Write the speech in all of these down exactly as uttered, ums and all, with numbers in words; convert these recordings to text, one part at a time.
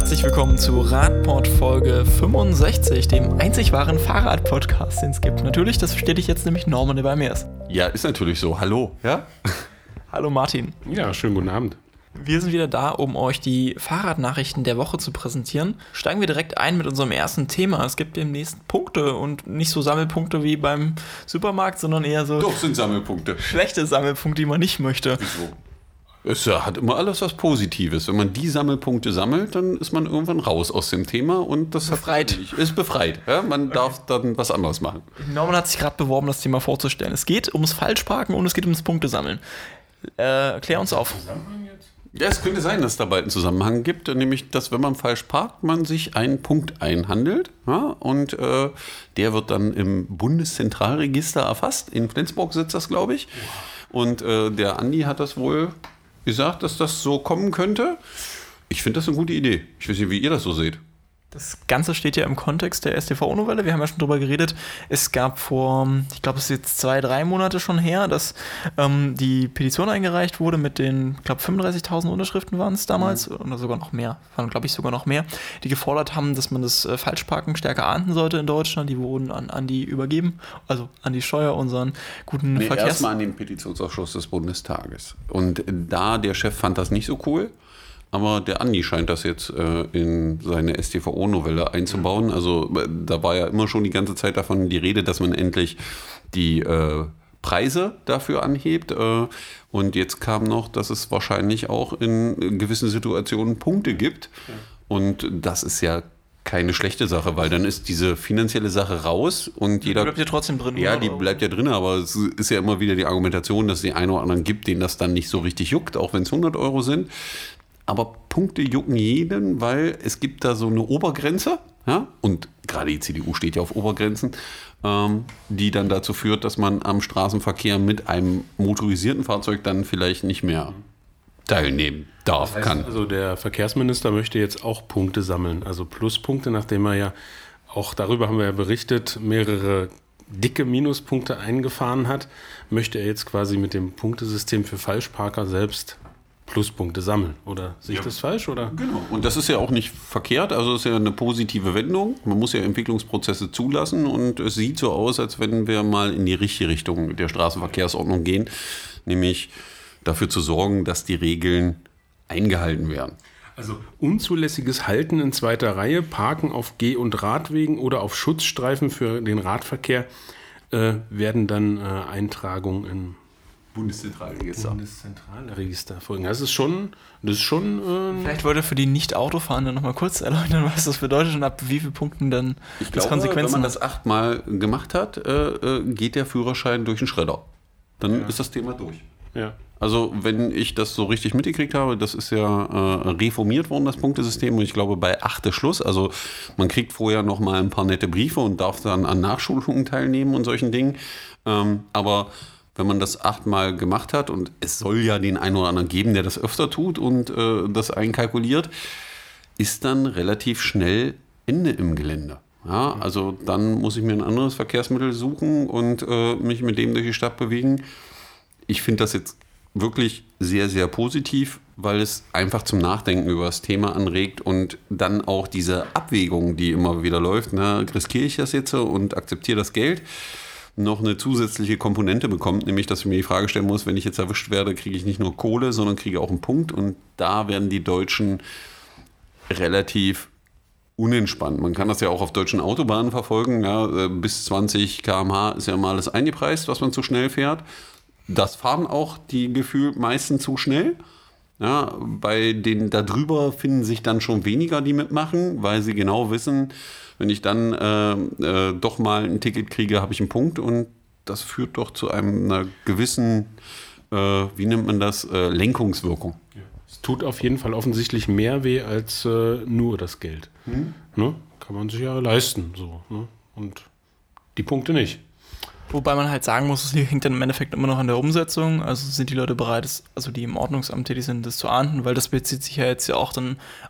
herzlich willkommen zu Radport Folge fünfundsechzig, dem einzig wahren Fahrrad-Podcast, den es gibt. Natürlich, das verstehe ich jetzt nämlich Norman, der bei mir ist. Ja, ist natürlich so. Hallo, ja? Hallo Martin. Ja, schönen guten Abend. Wir sind wieder da, um euch die Fahrradnachrichten der Woche zu präsentieren. Steigen wir direkt ein mit unserem ersten Thema. Es gibt demnächst Punkte und nicht so Sammelpunkte wie beim Supermarkt, sondern eher so... Doch, sind Sammelpunkte. Schlechte Sammelpunkte, die man nicht möchte. Wieso? Es hat immer alles was Positives. Wenn man die Sammelpunkte sammelt, dann ist man irgendwann raus aus dem Thema und das befreit. Hat, ist befreit. Ja? Man okay. darf dann was anderes machen. Norman hat sich gerade beworben, das Thema vorzustellen. Es geht ums Falschparken und es geht ums Punktesammeln. Äh, klär uns auf. Ja, es könnte sein, dass es da bald einen Zusammenhang gibt, nämlich, dass wenn man falsch parkt, man sich einen Punkt einhandelt, ja, und äh, der wird dann im Bundeszentralregister erfasst. In Flensburg sitzt das, glaube ich. Und äh, der Andi hat das wohl gesagt, dass das so kommen könnte. Ich finde das eine gute Idee. Ich weiß nicht, wie ihr das so seht. Das Ganze steht ja im Kontext der S T V O-Novelle. Wir haben ja schon drüber geredet. Es gab vor, ich glaube, es ist jetzt zwei, drei Monate schon her, dass ähm, die Petition eingereicht wurde mit den, ich glaube, fünfunddreißigtausend Unterschriften waren es damals, mhm. oder sogar noch mehr, waren, glaube ich, sogar noch mehr, die gefordert haben, dass man das äh, Falschparken stärker ahnden sollte in Deutschland. Die wurden an Andi übergeben, also an die Steuer, unseren guten nee, Verkehrs... Erstmal an den Petitionsausschuss des Bundestages. Und da, der Chef fand das nicht so cool. Aber der Andi scheint das jetzt äh, in seine S T V O-Novelle einzubauen. Also da war ja immer schon die ganze Zeit davon die Rede, dass man endlich die äh, Preise dafür anhebt. Äh, und jetzt kam noch, dass es wahrscheinlich auch in gewissen Situationen Punkte gibt. Ja. Und das ist ja keine schlechte Sache, weil dann ist diese finanzielle Sache raus und jeder... Die bleibt ja trotzdem drin. Ja, die bleibt ja drin, aber es ist ja immer wieder die Argumentation, dass es die einen oder anderen gibt, denen das dann nicht so richtig juckt, auch wenn es hundert Euro sind. Aber Punkte jucken jeden, weil es gibt da so eine Obergrenze, ja? Und gerade die C D U steht ja auf Obergrenzen, ähm, die dann dazu führt, dass man am Straßenverkehr mit einem motorisierten Fahrzeug dann vielleicht nicht mehr teilnehmen darf, das heißt, kann. Also der Verkehrsminister möchte jetzt auch Punkte sammeln, also Pluspunkte, nachdem er ja, auch darüber haben wir ja berichtet, mehrere dicke Minuspunkte eingefahren hat, möchte er jetzt quasi mit dem Punktesystem für Falschparker selbst Pluspunkte sammeln, oder sehe ich ja. das falsch? Oder? Genau, und das ist ja auch nicht verkehrt, also es ist ja eine positive Wendung. Man muss ja Entwicklungsprozesse zulassen und es sieht so aus, als wenn wir mal in die richtige Richtung der Straßenverkehrsordnung gehen, nämlich dafür zu sorgen, dass die Regeln eingehalten werden. Also unzulässiges Halten in zweiter Reihe, Parken auf Geh- und Radwegen oder auf Schutzstreifen für den Radverkehr äh, werden dann äh, Eintragungen in Bundeszentralregister. Bundeszentralregister folgen. Das ist schon, das ist schon. Äh Vielleicht wollte für die Nicht-Autofahrenden noch mal kurz erläutern, was das bedeutet und ab wie vielen Punkten dann ich das glaube, Konsequenzen wenn man das achtmal gemacht hat, äh, geht der Führerschein durch den Schredder. Dann ja. ist das Thema durch. Ja. Also wenn ich das so richtig mitgekriegt habe, das ist ja äh, reformiert worden, das Punktesystem, und ich glaube bei acht ist Schluss. Also man kriegt vorher noch mal ein paar nette Briefe und darf dann an Nachschulungen teilnehmen und solchen Dingen. Ähm, aber wenn man das achtmal gemacht hat, und es soll ja den einen oder anderen geben, der das öfter tut und äh, das einkalkuliert, ist dann relativ schnell Ende im Gelände. Ja, also dann muss ich mir ein anderes Verkehrsmittel suchen und äh, mich mit dem durch die Stadt bewegen. Ich finde das jetzt wirklich sehr, sehr positiv, weil es einfach zum Nachdenken über das Thema anregt und dann auch diese Abwägung, die immer wieder läuft, ne, riskiere ich das jetzt und akzeptiere das Geld, noch eine zusätzliche Komponente bekommt, nämlich, dass ich mir die Frage stellen muss, wenn ich jetzt erwischt werde, kriege ich nicht nur Kohle, sondern kriege auch einen Punkt, und da werden die Deutschen relativ unentspannt. Man kann das ja auch auf deutschen Autobahnen verfolgen, ja, bis zwanzig Kilometer pro Stunde ist ja mal alles eingepreist, was man zu schnell fährt. Das fahren auch die gefühlt meisten zu schnell. Ja, bei den da drüber finden sich dann schon weniger, die mitmachen, weil sie genau wissen, wenn ich dann äh, äh, doch mal ein Ticket kriege, habe ich einen Punkt, und das führt doch zu einem, einer gewissen, äh, wie nennt man das, äh, Lenkungswirkung. Ja. Es tut auf jeden Fall offensichtlich mehr weh als äh, nur das Geld. Hm? Ne? Kann man sich ja leisten. So, ne? Und die Punkte nicht. Wobei man halt sagen muss, es hängt dann im Endeffekt immer noch an der Umsetzung. Also sind die Leute bereit, also die im Ordnungsamt tätig sind, das zu ahnden, weil das bezieht sich ja jetzt ja auch dann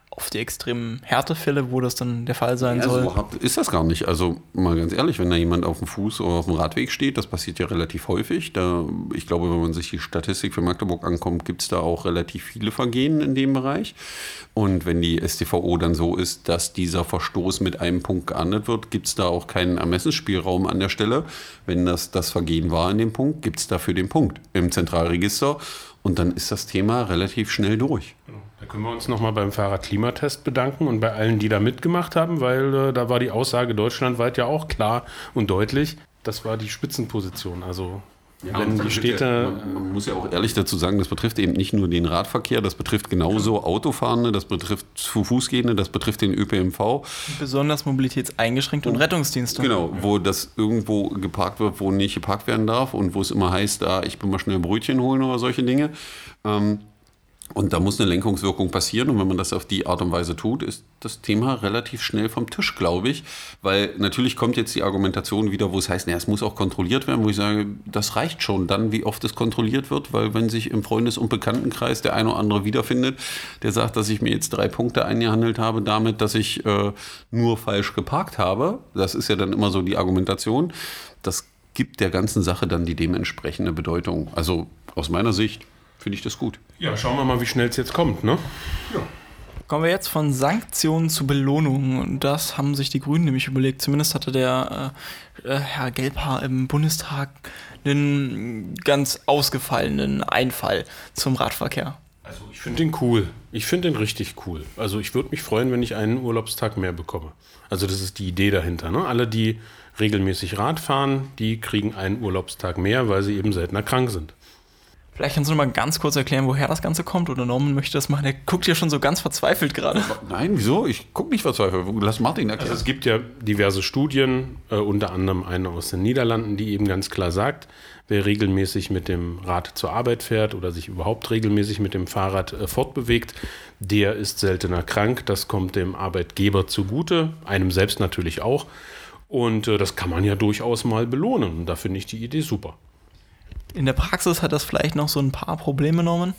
auf die extremen Härtefälle, wo das dann der Fall sein Ja, soll. so hart ist das gar nicht. Also mal ganz ehrlich, wenn da jemand auf dem Fuß oder auf dem Radweg steht, das passiert ja relativ häufig. Da, ich glaube, wenn man sich die Statistik für Magdeburg ankommt, gibt es da auch relativ viele Vergehen in dem Bereich. Und wenn die S t V O dann so ist, dass dieser Verstoß mit einem Punkt geahndet wird, gibt es da auch keinen Ermessensspielraum an der Stelle. Wenn das das Vergehen war in dem Punkt, gibt es dafür den Punkt im Zentralregister. Und dann ist das Thema relativ schnell durch. Da können wir uns nochmal beim Fahrradklimatest bedanken und bei allen, die da mitgemacht haben, weil äh, da war die Aussage deutschlandweit ja auch klar und deutlich. Das war die Spitzenposition. Also Ja, wenn die Städte... Ja, man, man muss ja auch ehrlich dazu sagen, das betrifft eben nicht nur den Radverkehr, das betrifft genauso Autofahrende, das betrifft zu Fußgehende, das betrifft den Ö P N V. Besonders mobilitätseingeschränkt und Rettungsdienste. Genau, wo das irgendwo geparkt wird, wo nicht geparkt werden darf und wo es immer heißt, da ich bin mal schnell Brötchen holen oder solche Dinge. Ähm, Und da muss eine Lenkungswirkung passieren. Und wenn man das auf die Art und Weise tut, ist das Thema relativ schnell vom Tisch, glaube ich. Weil natürlich kommt jetzt die Argumentation wieder, wo es heißt, naja, es muss auch kontrolliert werden, wo ich sage, das reicht schon dann, wie oft es kontrolliert wird. Weil wenn sich im Freundes- und Bekanntenkreis der eine oder andere wiederfindet, der sagt, dass ich mir jetzt drei Punkte eingehandelt habe damit, dass ich äh, nur falsch geparkt habe, das ist ja dann immer so die Argumentation, das gibt der ganzen Sache dann die dementsprechende Bedeutung. Also aus meiner Sicht finde ich das gut. Ja, schauen wir mal, wie schnell es jetzt kommt, ne? Ja. Kommen wir jetzt von Sanktionen zu Belohnungen. Und das haben sich die Grünen nämlich überlegt. Zumindest hatte der äh, Herr Gelbhaar im Bundestag einen ganz ausgefallenen Einfall zum Radverkehr. Also ich finde den cool. Ich finde den richtig cool. Also ich würde mich freuen, wenn ich einen Urlaubstag mehr bekomme. Also das ist die Idee dahinter, ne? Alle, die regelmäßig Rad fahren, die kriegen einen Urlaubstag mehr, weil sie eben seltener krank sind. Vielleicht kannst du noch mal ganz kurz erklären, woher das Ganze kommt, oder Norman möchte das machen. Der guckt ja schon so ganz verzweifelt gerade. Nein, wieso? Ich gucke nicht verzweifelt. Lass Martin erklären. Also es gibt ja diverse Studien, äh, unter anderem eine aus den Niederlanden, die eben ganz klar sagt, wer regelmäßig mit dem Rad zur Arbeit fährt oder sich überhaupt regelmäßig mit dem Fahrrad äh, fortbewegt, der ist seltener krank. Das kommt dem Arbeitgeber zugute, einem selbst natürlich auch. Und äh, das kann man ja durchaus mal belohnen. Und da finde ich die Idee super. In der Praxis hat das vielleicht noch so ein paar Probleme, Norman?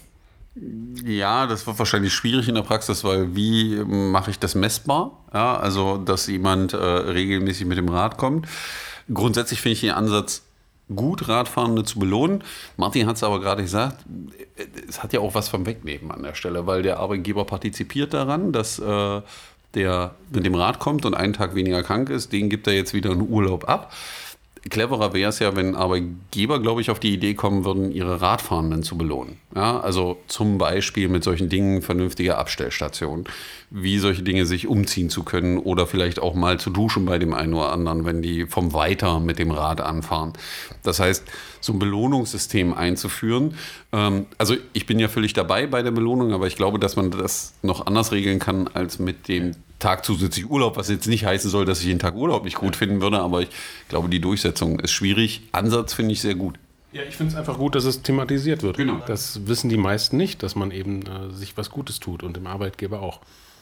Ja, das wird wahrscheinlich schwierig in der Praxis, weil wie mache ich das messbar? Ja, also, dass jemand äh, regelmäßig mit dem Rad kommt. Grundsätzlich finde ich den Ansatz gut, Radfahrende zu belohnen. Martin hat es aber gerade gesagt, es hat ja auch was vom Wegnehmen an der Stelle, weil der Arbeitgeber partizipiert daran, dass äh, der mit dem Rad kommt und einen Tag weniger krank ist, den gibt er jetzt wieder einen Urlaub ab. Cleverer wäre es ja, wenn Arbeitgeber, glaube ich, auf die Idee kommen würden, ihre Radfahrenden zu belohnen. Ja, also zum Beispiel mit solchen Dingen vernünftige Abstellstationen, wie solche Dinge sich umziehen zu können oder vielleicht auch mal zu duschen bei dem einen oder anderen, wenn die vom Weiter mit dem Rad anfahren. Das heißt, so ein Belohnungssystem einzuführen. Ähm, also ich bin ja völlig dabei bei der Belohnung, aber ich glaube, dass man das noch anders regeln kann als mit dem Tag zusätzlich Urlaub, was jetzt nicht heißen soll, dass ich jeden Tag Urlaub nicht gut finden würde, aber ich glaube, die Durchsetzung ist schwierig. Ansatz finde ich sehr gut. Ja, ich finde es einfach gut, dass es thematisiert wird. Genau. Das wissen die meisten nicht, dass man eben äh, sich was Gutes tut und dem Arbeitgeber auch.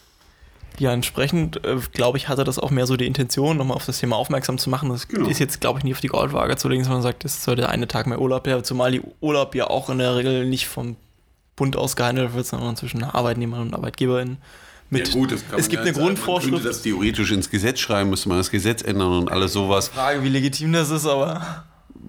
Ja, entsprechend, äh, glaube ich, hatte das auch mehr so die Intention, nochmal auf das Thema aufmerksam zu machen. Das Genau. ist jetzt, glaube ich, nie auf die Goldwaage zu legen, sondern man sagt, es soll der eine Tag mehr Urlaub her, zumal die Urlaub ja auch in der Regel nicht vom Bund ausgehandelt wird, sondern zwischen Arbeitnehmern und ArbeitgeberInnen. Mit, Ja gut, das kann es man gibt ja eine sagen. Grundvorschrift. Man könnte das theoretisch ins Gesetz schreiben, müsste man das Gesetz ändern und alles sowas. Frage, wie legitim das ist, aber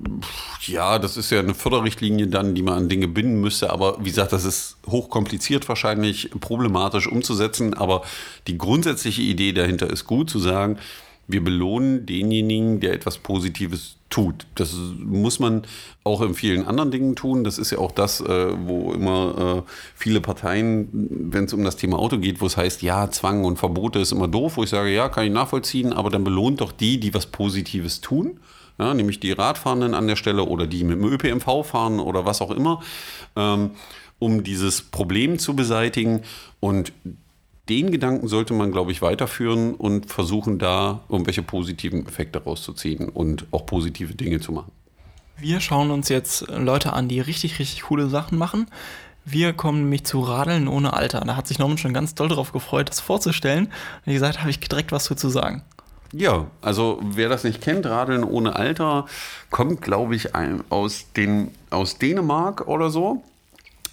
Ja, das ist ja eine Förderrichtlinie dann, die man an Dinge binden müsste. Aber wie gesagt, das ist hochkompliziert wahrscheinlich, problematisch umzusetzen. Aber die grundsätzliche Idee dahinter ist gut, zu sagen, wir belohnen denjenigen, der etwas Positives tut. Das muss man auch in vielen anderen Dingen tun. Das ist ja auch das, wo immer viele Parteien, wenn es um das Thema Auto geht, wo es heißt, ja, Zwang und Verbote ist immer doof, wo ich sage, ja, kann ich nachvollziehen, aber dann belohnt doch die, die was Positives tun. Ja, nämlich die Radfahrenden an der Stelle oder die mit dem Ö P N V fahren oder was auch immer, ähm, um dieses Problem zu beseitigen. Und den Gedanken sollte man, glaube ich, weiterführen und versuchen, da irgendwelche positiven Effekte rauszuziehen und auch positive Dinge zu machen. wir schauen uns jetzt Leute an, die richtig, richtig coole Sachen machen. Wir kommen nämlich zu Radeln ohne Alter. Da hat sich Norman schon ganz doll darauf gefreut, das vorzustellen. Und wie gesagt, habe ich direkt was zu sagen. Ja, also wer das nicht kennt, Radeln ohne Alter, kommt, glaube ich, ein, aus, den, aus Dänemark oder so.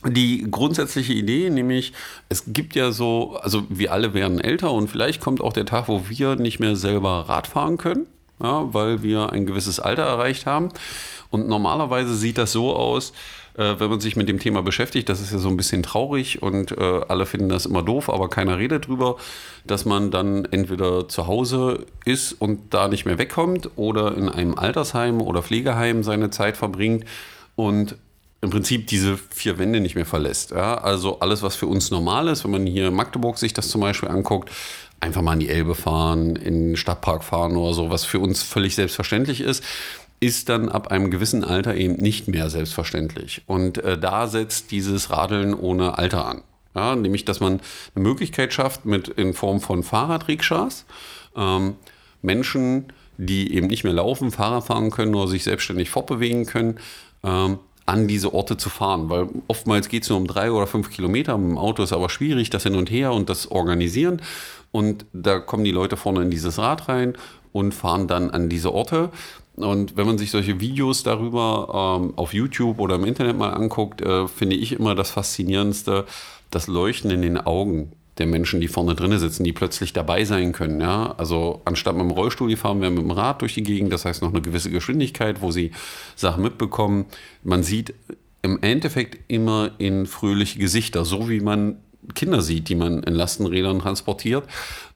die grundsätzliche Idee, nämlich es gibt ja so, also wir alle werden älter und vielleicht kommt auch der Tag, wo wir nicht mehr selber Rad fahren können, ja, weil wir ein gewisses Alter erreicht haben. Und normalerweise sieht das so aus, äh, wenn man sich mit dem Thema beschäftigt, das ist ja so ein bisschen traurig und äh, alle finden das immer doof, aber keiner redet drüber, dass man dann entweder zu Hause ist und da nicht mehr wegkommt oder in einem Altersheim oder Pflegeheim seine Zeit verbringt und im Prinzip diese vier Wände nicht mehr verlässt. Ja? Also alles, was für uns normal ist, wenn man hier in Magdeburg sich das zum Beispiel anguckt, einfach mal an die Elbe fahren, in den Stadtpark fahren oder so, was für uns völlig selbstverständlich ist, ist dann ab einem gewissen Alter eben nicht mehr selbstverständlich. Und äh, da setzt dieses Radeln ohne Alter an. Ja? Nämlich, dass man eine Möglichkeit schafft, mit in Form von Fahrradrikschas, ähm, Menschen, die eben nicht mehr laufen, Fahrrad fahren können oder sich selbstständig fortbewegen können, ähm, an diese Orte zu fahren, weil oftmals geht es nur um drei oder fünf Kilometer, mit dem Auto ist aber schwierig, das hin und her und das Organisieren und da kommen die Leute vorne in dieses Rad rein und fahren dann an diese Orte und wenn man sich solche Videos darüber ähm, auf YouTube oder im Internet mal anguckt, äh, finde ich immer das Faszinierendste, das Leuchten in den Augen der Menschen, die vorne drin sitzen, die plötzlich dabei sein können. Ja? Also anstatt mit dem Rollstuhl, die fahren wir mit dem Rad durch die Gegend, das heißt noch eine gewisse Geschwindigkeit, wo sie Sachen mitbekommen. Man sieht im Endeffekt immer in fröhliche Gesichter, so wie man Kinder sieht, die man in Lastenrädern transportiert.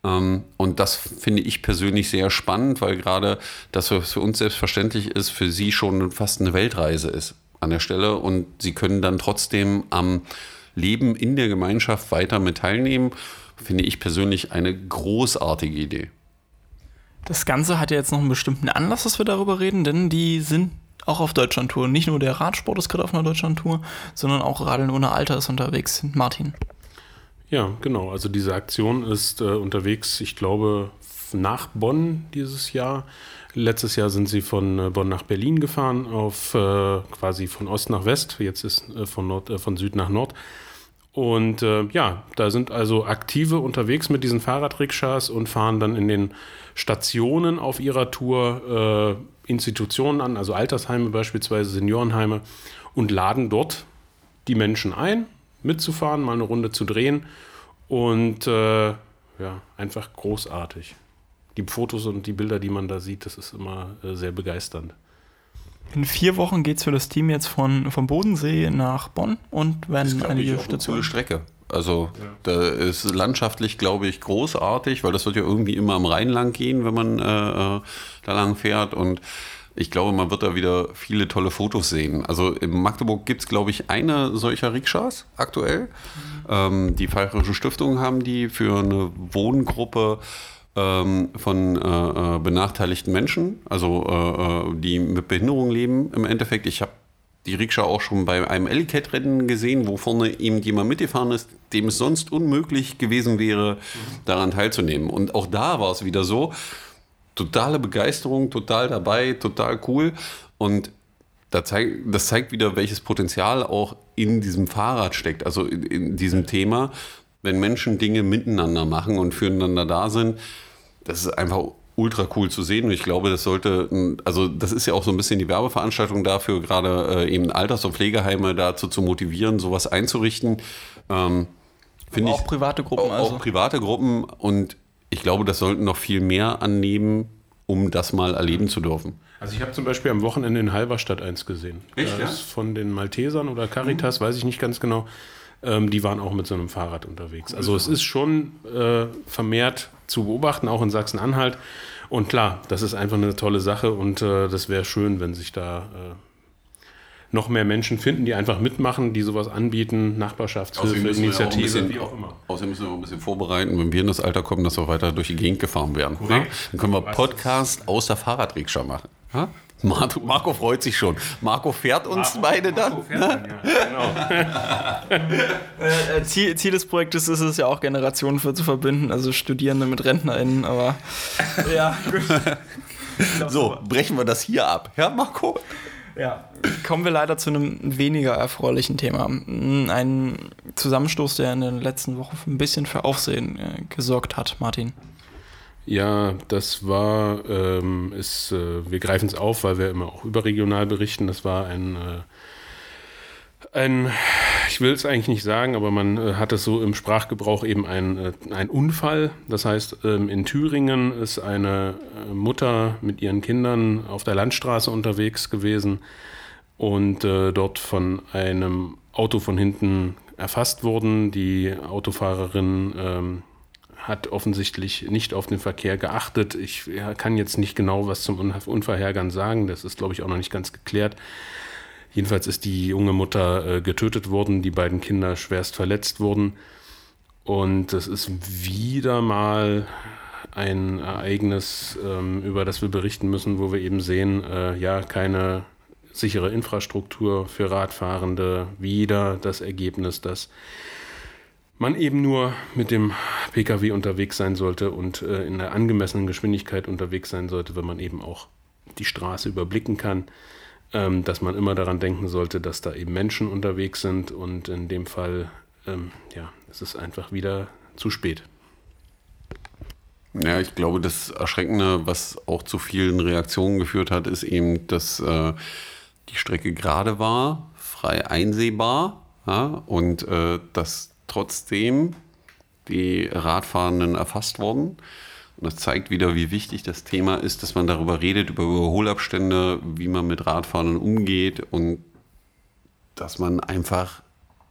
Und das finde ich persönlich sehr spannend, weil gerade das, was für uns selbstverständlich ist, für sie schon fast eine Weltreise ist an der Stelle. Und sie können dann trotzdem am Leben in der Gemeinschaft weiter mit teilnehmen, finde ich persönlich eine großartige Idee. Das Ganze hat ja jetzt noch einen bestimmten Anlass, dass wir darüber reden, denn die sind auch auf Deutschlandtour. Nicht nur der Radsport ist gerade auf einer Deutschlandtour, sondern auch Radeln ohne Alter ist unterwegs. Martin. Ja, genau. Also diese Aktion ist äh, unterwegs, ich glaube, nach Bonn dieses Jahr. Letztes Jahr sind sie von äh, Bonn nach Berlin gefahren, auf äh, quasi von Ost nach West. Jetzt ist äh, von, Nord, äh, von Süd nach Nord. Und äh, ja, da sind also Aktive unterwegs mit diesen Fahrradrikschas und fahren dann in den Stationen auf ihrer Tour äh, Institutionen an, also Altersheime beispielsweise, Seniorenheime, und laden dort die Menschen ein, mitzufahren, mal eine Runde zu drehen. Und äh, ja, einfach großartig. Die Fotos und die Bilder, die man da sieht, das ist immer äh, sehr begeisternd. In vier Wochen geht es für das Team jetzt von, vom Bodensee nach Bonn und werden einige Stationen. Eine coole Strecke. Also ja. Da ist landschaftlich, glaube ich, großartig, weil das wird ja irgendwie immer am Rhein lang gehen, wenn man äh, da lang fährt. Und ich glaube, man wird da wieder viele tolle Fotos sehen. Also in Magdeburg gibt es, glaube ich, eine solcher Rikschas aktuell. Mhm. Ähm, die Pfeiferische Stiftung haben die für eine Wohngruppe von äh, benachteiligten Menschen, also äh, die mit Behinderung leben im Endeffekt. Ich habe die Rikscha auch schon bei einem Ellicat-Rennen gesehen, wo vorne eben jemand mitgefahren ist, dem es sonst unmöglich gewesen wäre, daran teilzunehmen. Und auch da war es wieder so, totale Begeisterung, total dabei, total cool. Und da zeig, das zeigt wieder, welches Potenzial auch in diesem Fahrrad steckt, also in, in diesem Thema, wenn Menschen Dinge miteinander machen und füreinander da sind. Das ist einfach ultra cool zu sehen und ich glaube, das sollte, also das ist ja auch so ein bisschen die Werbeveranstaltung dafür, gerade äh, eben Alters- und Pflegeheime dazu zu motivieren, sowas einzurichten. Ähm, finde ich, auch private Gruppen. Auch, also. auch private Gruppen und ich glaube, das sollten noch viel mehr annehmen, um das mal erleben zu dürfen. Also ich habe zum Beispiel am Wochenende in Halberstadt eins gesehen. Echt, das ja? ist von den Maltesern oder Caritas, mhm. weiß ich nicht ganz genau. Ähm, die waren auch mit so einem Fahrrad unterwegs. Also es ist schon äh, vermehrt zu beobachten, auch in Sachsen-Anhalt. Und klar, das ist einfach eine tolle Sache und äh, das wäre schön, wenn sich da äh, noch mehr Menschen finden, die einfach mitmachen, die sowas anbieten, Nachbarschaftshilfe, Initiative, bisschen, wie auch immer. Außerdem müssen wir auch ein bisschen vorbereiten, wenn wir in das Alter kommen, dass wir weiter durch die Gegend gefahren werden. Ne? Dann können wir Podcast aus der Fahrradrikscha machen. Ha? Marco, Marco freut sich schon. Marco fährt uns Marco, beide dann. Marco fährt dann, ja, genau. Ziel, Ziel des Projektes ist es ja auch, Generationen für zu verbinden, also Studierende mit RentnerInnen, aber ja, gut. So, brechen wir das hier ab. Ja, Marco? Ja, kommen wir leider zu einem weniger erfreulichen Thema. Ein Zusammenstoß, der in der letzten Woche ein bisschen für Aufsehen äh, gesorgt hat, Martin. Ja, das war, ähm, ist, äh, wir greifen es auf, weil wir immer auch überregional berichten. Das war ein, äh, ein ich will es eigentlich nicht sagen, aber man äh, hat es so im Sprachgebrauch eben ein, äh, ein Unfall. Das heißt, ähm, in Thüringen ist eine äh, Mutter mit ihren Kindern auf der Landstraße unterwegs gewesen und äh, dort von einem Auto von hinten erfasst worden. Die Autofahrerin ähm, hat offensichtlich nicht auf den Verkehr geachtet. Ich ja, kann jetzt nicht genau was zum Unfallhergang sagen. Das ist, glaube ich, auch noch nicht ganz geklärt. Jedenfalls ist die junge Mutter äh, getötet worden, die beiden Kinder schwerst verletzt wurden. Und das ist wieder mal ein Ereignis, ähm, über das wir berichten müssen, wo wir eben sehen, äh, ja, keine sichere Infrastruktur für Radfahrende. Wieder das Ergebnis, dass man eben nur mit dem Pkw unterwegs sein sollte und äh, in einer angemessenen Geschwindigkeit unterwegs sein sollte, wenn man eben auch die Straße überblicken kann. Ähm, dass man immer daran denken sollte, dass da eben Menschen unterwegs sind und in dem Fall, ähm, ja, es ist einfach wieder zu spät. Ja, ich glaube, das Erschreckende, was auch zu vielen Reaktionen geführt hat, ist eben, dass äh, die Strecke gerade war, frei einsehbar, ja, und äh, dass trotzdem die Radfahrenden erfasst wurden. Und das zeigt wieder, wie wichtig das Thema ist, dass man darüber redet, über Überholabstände, wie man mit Radfahrern umgeht und dass man einfach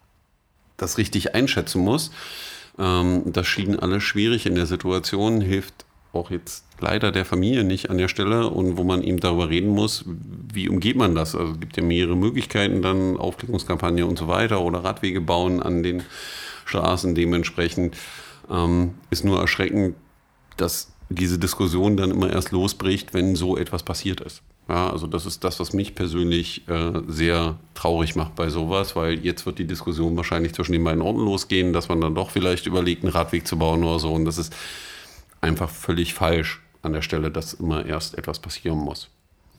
das richtig einschätzen muss. Ähm, das schien alles schwierig in der Situation, hilft auch jetzt leider der Familie nicht an der Stelle und wo man eben darüber reden muss, wie umgeht man das? Also es gibt ja mehrere Möglichkeiten, dann Aufklärungskampagne und so weiter oder Radwege bauen an den Straßen dementsprechend. Ähm, ist nur erschreckend, dass diese Diskussion dann immer erst losbricht, wenn so etwas passiert ist. Ja, also das ist das, was mich persönlich äh, sehr traurig macht bei sowas, weil jetzt wird die Diskussion wahrscheinlich zwischen den beiden Orten losgehen, dass man dann doch vielleicht überlegt, einen Radweg zu bauen oder so. Und das ist einfach völlig falsch an der Stelle, dass immer erst etwas passieren muss.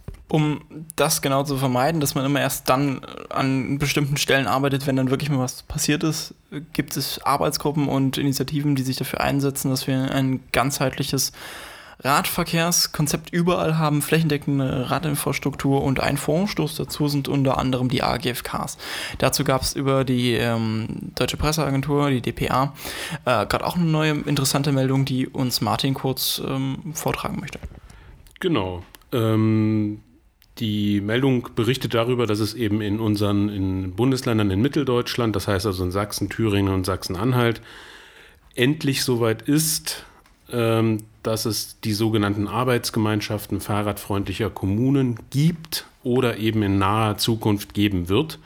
Um das genau zu vermeiden, dass man immer erst dann an bestimmten Stellen arbeitet, wenn dann wirklich mal was passiert ist, gibt es Arbeitsgruppen und Initiativen, die sich dafür einsetzen, dass wir ein ganzheitliches Radverkehrskonzept überall haben, flächendeckende Radinfrastruktur und ein Vorstoß dazu sind unter anderem die A G F Ks. Dazu gab es über die ähm, Deutsche Presseagentur, die D P A, äh, gerade auch eine neue interessante Meldung, die uns Martin kurz ähm, vortragen möchte. Genau. Ähm Die Meldung berichtet darüber, dass es eben in unseren in Bundesländern in Mitteldeutschland, das heißt also in Sachsen, Thüringen und Sachsen-Anhalt, endlich soweit ist, ähm, dass es die sogenannten Arbeitsgemeinschaften fahrradfreundlicher Kommunen gibt oder eben in naher Zukunft geben wird.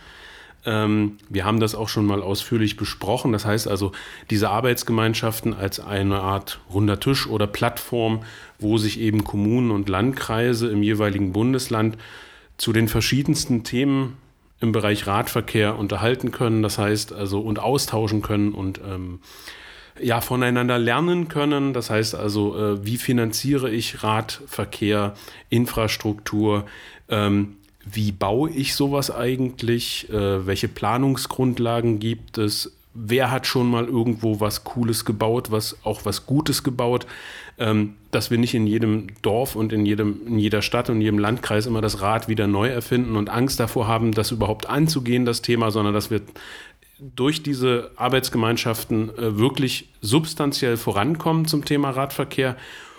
Ähm, wir haben das auch schon mal ausführlich besprochen. Das heißt also, diese Arbeitsgemeinschaften als eine Art runder Tisch oder Plattform, wo sich eben Kommunen und Landkreise im jeweiligen Bundesland zu den verschiedensten Themen im Bereich Radverkehr unterhalten können. Das heißt also und austauschen können und ähm, ja, voneinander lernen können. Das heißt also, äh, wie finanziere ich Radverkehr, Infrastruktur, ähm, wie baue ich sowas eigentlich? Äh, welche Planungsgrundlagen gibt es? Wer hat schon mal irgendwo was Cooles gebaut, was auch was Gutes gebaut? Ähm, dass wir nicht in jedem Dorf und in, jedem, in jeder Stadt und in jedem Landkreis immer das Rad wieder neu erfinden und Angst davor haben, das überhaupt anzugehen, das Thema, sondern dass wir durch diese Arbeitsgemeinschaften äh, wirklich substanziell vorankommen zum Thema Radverkehr.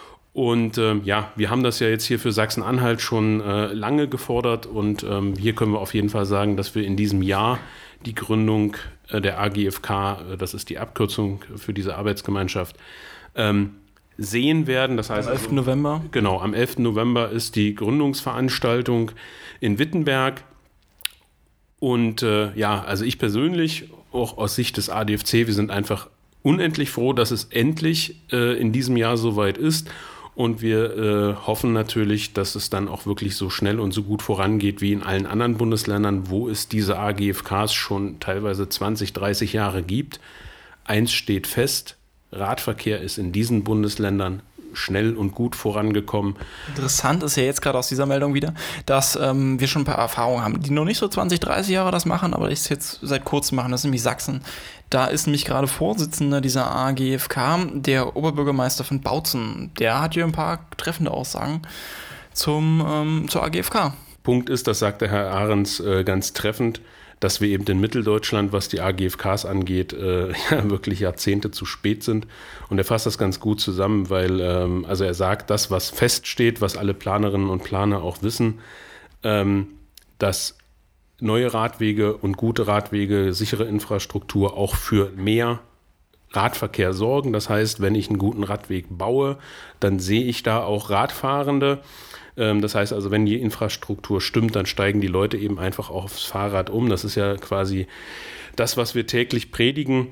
Und äh, ja, wir haben das ja jetzt hier für Sachsen-Anhalt schon äh, lange gefordert und ähm, hier können wir auf jeden Fall sagen, dass wir in diesem Jahr die Gründung äh, der A G F K, äh, das ist die Abkürzung für diese Arbeitsgemeinschaft, ähm, sehen werden. Das heißt, am elften November. Genau, am elften November ist die Gründungsveranstaltung in Wittenberg. Und äh, ja, also ich persönlich, auch aus Sicht des A D F C, wir sind einfach unendlich froh, dass es endlich äh, in diesem Jahr soweit ist. Und wir äh, hoffen natürlich, dass es dann auch wirklich so schnell und so gut vorangeht wie in allen anderen Bundesländern, wo es diese A G F Ks schon teilweise zwanzig, dreißig Jahre gibt. Eins steht fest, Radverkehr ist in diesen Bundesländern schnell und gut vorangekommen. Interessant ist ja jetzt gerade aus dieser Meldung wieder, dass ähm, wir schon ein paar Erfahrungen haben, die noch nicht so zwanzig, dreißig Jahre das machen, aber das jetzt seit kurzem machen, das ist nämlich Sachsen. Da ist nämlich gerade Vorsitzender dieser A G F K, der Oberbürgermeister von Bautzen. Der hat hier ein paar treffende Aussagen zum, ähm, zur A G F K. Punkt ist, das sagte Herr Ahrens äh, ganz treffend, dass wir eben in Mitteldeutschland, was die A G F Ks angeht, äh, ja, wirklich Jahrzehnte zu spät sind. Und er fasst das ganz gut zusammen, weil ähm, also er sagt, das, was feststeht, was alle Planerinnen und Planer auch wissen, ähm, dass neue Radwege und gute Radwege, sichere Infrastruktur auch für mehr Radverkehr sorgen. Das heißt, wenn ich einen guten Radweg baue, dann sehe ich da auch Radfahrende. Das heißt also, wenn die Infrastruktur stimmt, dann steigen die Leute eben einfach aufs Fahrrad um. Das ist ja quasi das, was wir täglich predigen.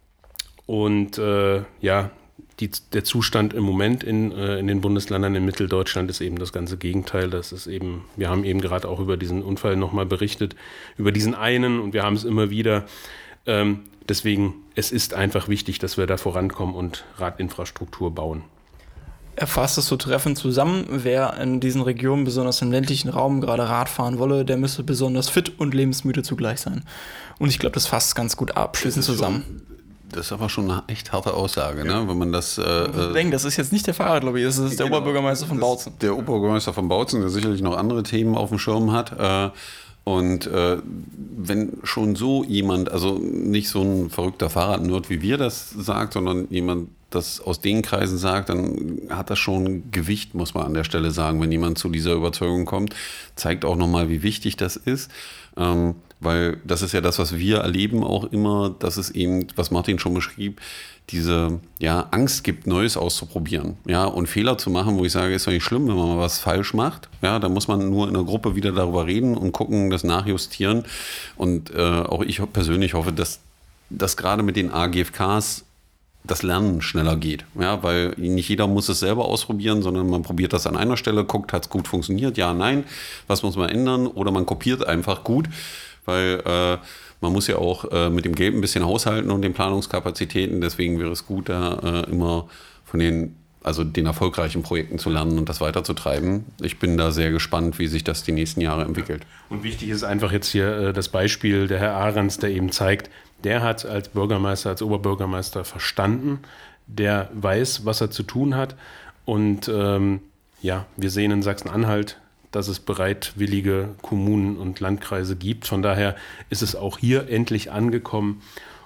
Und äh, ja, die, der Zustand im Moment in, äh, in den Bundesländern in Mitteldeutschland ist eben das ganze Gegenteil. Das ist eben, wir haben eben gerade auch über diesen Unfall nochmal berichtet, über diesen einen, und wir haben es immer wieder. Ähm, deswegen, es ist einfach wichtig, dass wir da vorankommen und Radinfrastruktur bauen. Er fasst es so treffend zusammen: Wer in diesen Regionen, besonders im ländlichen Raum, gerade Rad fahren wolle, der müsse besonders fit und lebensmüde zugleich sein. Und ich glaube, das fasst es ganz gut abschließend zusammen. Schon, das ist aber schon eine echt harte Aussage, ja. Ne? Wenn man das... Äh, ich denke, das ist jetzt nicht der Fahrradlobby, das ist der genau, Oberbürgermeister von Bautzen. Der Oberbürgermeister von Bautzen, der sicherlich noch andere Themen auf dem Schirm hat. Äh, Und äh, wenn schon so jemand, also nicht so ein verrückter Fahrradnerd wie wir das sagt, sondern jemand das aus den Kreisen sagt, dann hat das schon Gewicht, muss man an der Stelle sagen, wenn jemand zu dieser Überzeugung kommt. Zeigt auch nochmal, wie wichtig das ist, ähm, weil das ist ja das, was wir erleben auch immer, dass es eben, was Martin schon beschrieb, diese ja, Angst gibt, Neues auszuprobieren, ja, und Fehler zu machen, wo ich sage, ist doch nicht schlimm, wenn man mal was falsch macht, ja, da muss man nur in der Gruppe wieder darüber reden und gucken, das nachjustieren. Und äh, auch ich persönlich hoffe, dass das gerade mit den A G F Ks das Lernen schneller geht, ja, weil nicht jeder muss es selber ausprobieren, sondern man probiert das an einer Stelle, guckt, hat es gut funktioniert, ja, nein, was muss man ändern, oder man kopiert einfach gut, weil äh, man muss ja auch äh, mit dem Geld ein bisschen haushalten und den Planungskapazitäten. Deswegen wäre es gut, da äh, immer von den, also den erfolgreichen Projekten zu lernen und das weiterzutreiben. Ich bin da sehr gespannt, wie sich das die nächsten Jahre entwickelt. Und wichtig ist einfach jetzt hier äh, das Beispiel der Herr Ahrens, der eben zeigt, der hat als Bürgermeister, als Oberbürgermeister verstanden, der weiß, was er zu tun hat. Und ähm, ja, wir sehen in Sachsen-Anhalt, dass es bereitwillige Kommunen und Landkreise gibt. Von daher ist es auch hier endlich angekommen.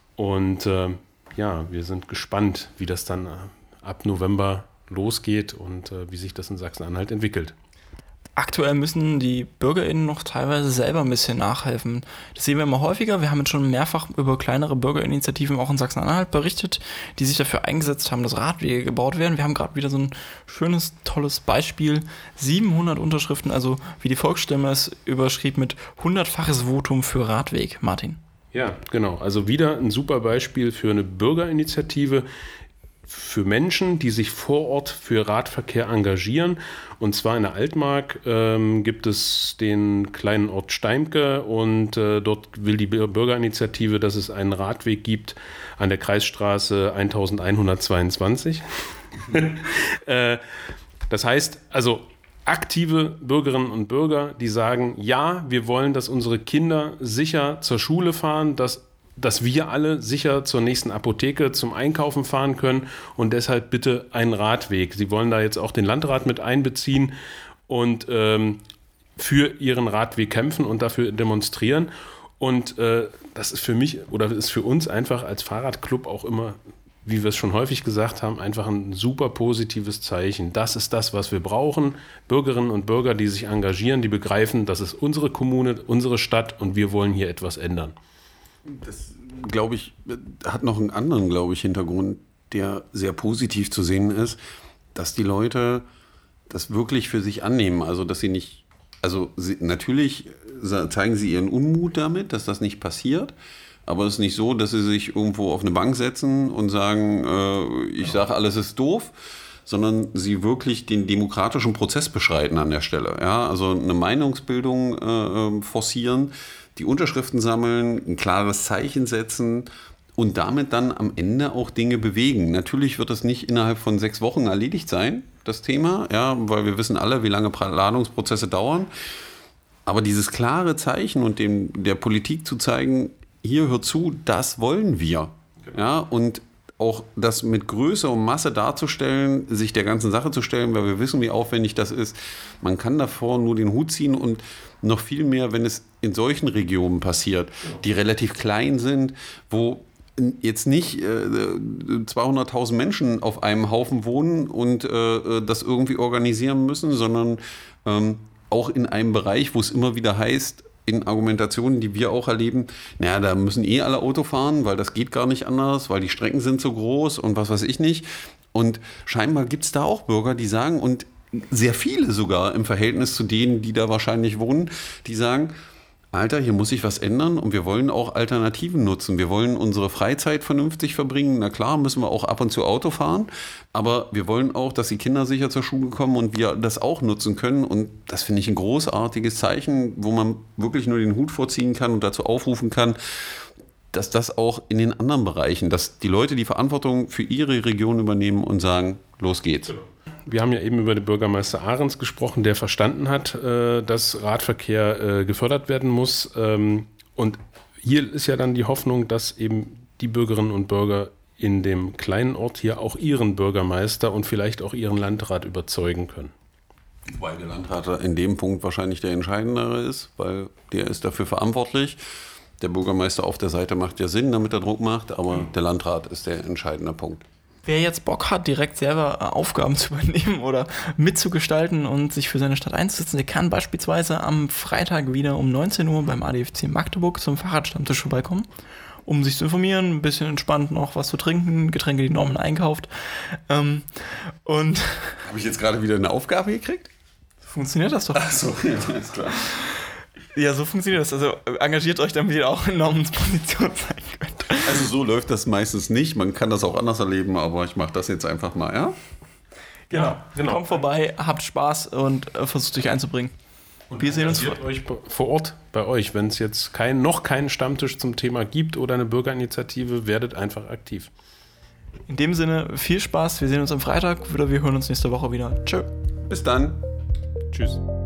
Und äh, ja, wir sind gespannt, wie das dann äh, ab November losgeht und äh, wie sich das in Sachsen-Anhalt entwickelt. Aktuell müssen die BürgerInnen noch teilweise selber ein bisschen nachhelfen. Das sehen wir immer häufiger. Wir haben jetzt schon mehrfach über kleinere Bürgerinitiativen auch in Sachsen-Anhalt berichtet, die sich dafür eingesetzt haben, dass Radwege gebaut werden. Wir haben gerade wieder so ein schönes, tolles Beispiel. siebenhundert Unterschriften, also wie die Volksstimme es überschrieb, mit hundertfaches Votum für Radweg. Martin. Ja, genau. Also wieder ein super Beispiel für eine Bürgerinitiative, für Menschen, die sich vor Ort für Radverkehr engagieren. Und zwar in der Altmark ähm, gibt es den kleinen Ort Steimke und äh, dort will die Bürgerinitiative, dass es einen Radweg gibt an der Kreisstraße elfhundertzweiundzwanzig. äh, das heißt, also aktive Bürgerinnen und Bürger, die sagen, ja, wir wollen, dass unsere Kinder sicher zur Schule fahren, dass dass wir alle sicher zur nächsten Apotheke zum Einkaufen fahren können und deshalb bitte einen Radweg. Sie wollen da jetzt auch den Landrat mit einbeziehen und ähm, für ihren Radweg kämpfen und dafür demonstrieren. Und äh, das ist für mich oder ist für uns einfach als Fahrradclub auch immer, wie wir es schon häufig gesagt haben, einfach ein super positives Zeichen. Das ist das, was wir brauchen. Bürgerinnen und Bürger, die sich engagieren, die begreifen, das ist unsere Kommune, unsere Stadt und wir wollen hier etwas ändern. Das, glaube ich, hat noch einen anderen, glaube ich, Hintergrund, der sehr positiv zu sehen ist, dass die Leute das wirklich für sich annehmen. Also, dass sie nicht, also sie, natürlich zeigen sie ihren Unmut damit, dass das nicht passiert. Aber es ist nicht so, dass sie sich irgendwo auf eine Bank setzen und sagen, äh, ich sage, alles ist doof, sondern sie wirklich den demokratischen Prozess beschreiten an der Stelle. Ja? Also eine Meinungsbildung äh, forcieren, die Unterschriften sammeln, ein klares Zeichen setzen und damit dann am Ende auch Dinge bewegen. Natürlich wird das nicht innerhalb von sechs Wochen erledigt sein, das Thema, ja, weil wir wissen alle, wie lange Planungsprozesse dauern. Aber dieses klare Zeichen und dem, der Politik zu zeigen, hier hört zu, das wollen wir. Ja, und auch das mit Größe und Masse darzustellen, sich der ganzen Sache zu stellen, weil wir wissen, wie aufwendig das ist. Man kann davor nur den Hut ziehen und noch viel mehr, wenn es in solchen Regionen passiert, die relativ klein sind, wo jetzt nicht äh, zweihunderttausend Menschen auf einem Haufen wohnen und äh, das irgendwie organisieren müssen, sondern ähm, auch in einem Bereich, wo es immer wieder heißt, in Argumentationen, die wir auch erleben, naja, da müssen eh alle Auto fahren, weil das geht gar nicht anders, weil die Strecken sind so groß und was weiß ich nicht. Und scheinbar gibt es da auch Bürger, die sagen, und sehr viele sogar im Verhältnis zu denen, die da wahrscheinlich wohnen, die sagen, Alter, hier muss sich was ändern und wir wollen auch Alternativen nutzen. Wir wollen unsere Freizeit vernünftig verbringen. Na klar, müssen wir auch ab und zu Auto fahren, aber wir wollen auch, dass die Kinder sicher zur Schule kommen und wir das auch nutzen können. Und das finde ich ein großartiges Zeichen, wo man wirklich nur den Hut vorziehen kann und dazu aufrufen kann, dass das auch in den anderen Bereichen, dass die Leute die Verantwortung für ihre Region übernehmen und sagen, los geht's. Wir haben ja eben über den Bürgermeister Ahrens gesprochen, der verstanden hat, dass Radverkehr gefördert werden muss. Und hier ist ja dann die Hoffnung, dass eben die Bürgerinnen und Bürger in dem kleinen Ort hier auch ihren Bürgermeister und vielleicht auch ihren Landrat überzeugen können. Weil der Landrat in dem Punkt wahrscheinlich der Entscheidendere ist, weil der ist dafür verantwortlich. Der Bürgermeister auf der Seite macht ja Sinn, damit er Druck macht, aber der Landrat ist der entscheidende Punkt. Wer jetzt Bock hat, direkt selber Aufgaben zu übernehmen oder mitzugestalten und sich für seine Stadt einzusetzen, der kann beispielsweise am Freitag wieder um neunzehn Uhr beim A D F C Magdeburg zum Fahrradstammtisch vorbeikommen, um sich zu informieren, ein bisschen entspannt noch was zu trinken, Getränke, die Norman einkauft. Ähm, und Habe ich jetzt gerade wieder eine Aufgabe gekriegt? Funktioniert das doch. Ach so, ja, alles klar. Ja, so funktioniert das. Also engagiert euch, damit ihr auch in Normans Position sein könnt. Also so läuft das meistens nicht. Man kann das auch anders erleben, aber ich mache das jetzt einfach mal, ja? Genau. genau. Kommt vorbei, habt Spaß und äh, versucht euch einzubringen. Und wir sehen uns vor euch vor Ort bei euch. Wenn es jetzt kein, noch keinen Stammtisch zum Thema gibt oder eine Bürgerinitiative, werdet einfach aktiv. In dem Sinne, viel Spaß. Wir sehen uns am Freitag oder wir hören uns nächste Woche wieder. Tschö. Bis dann. Tschüss.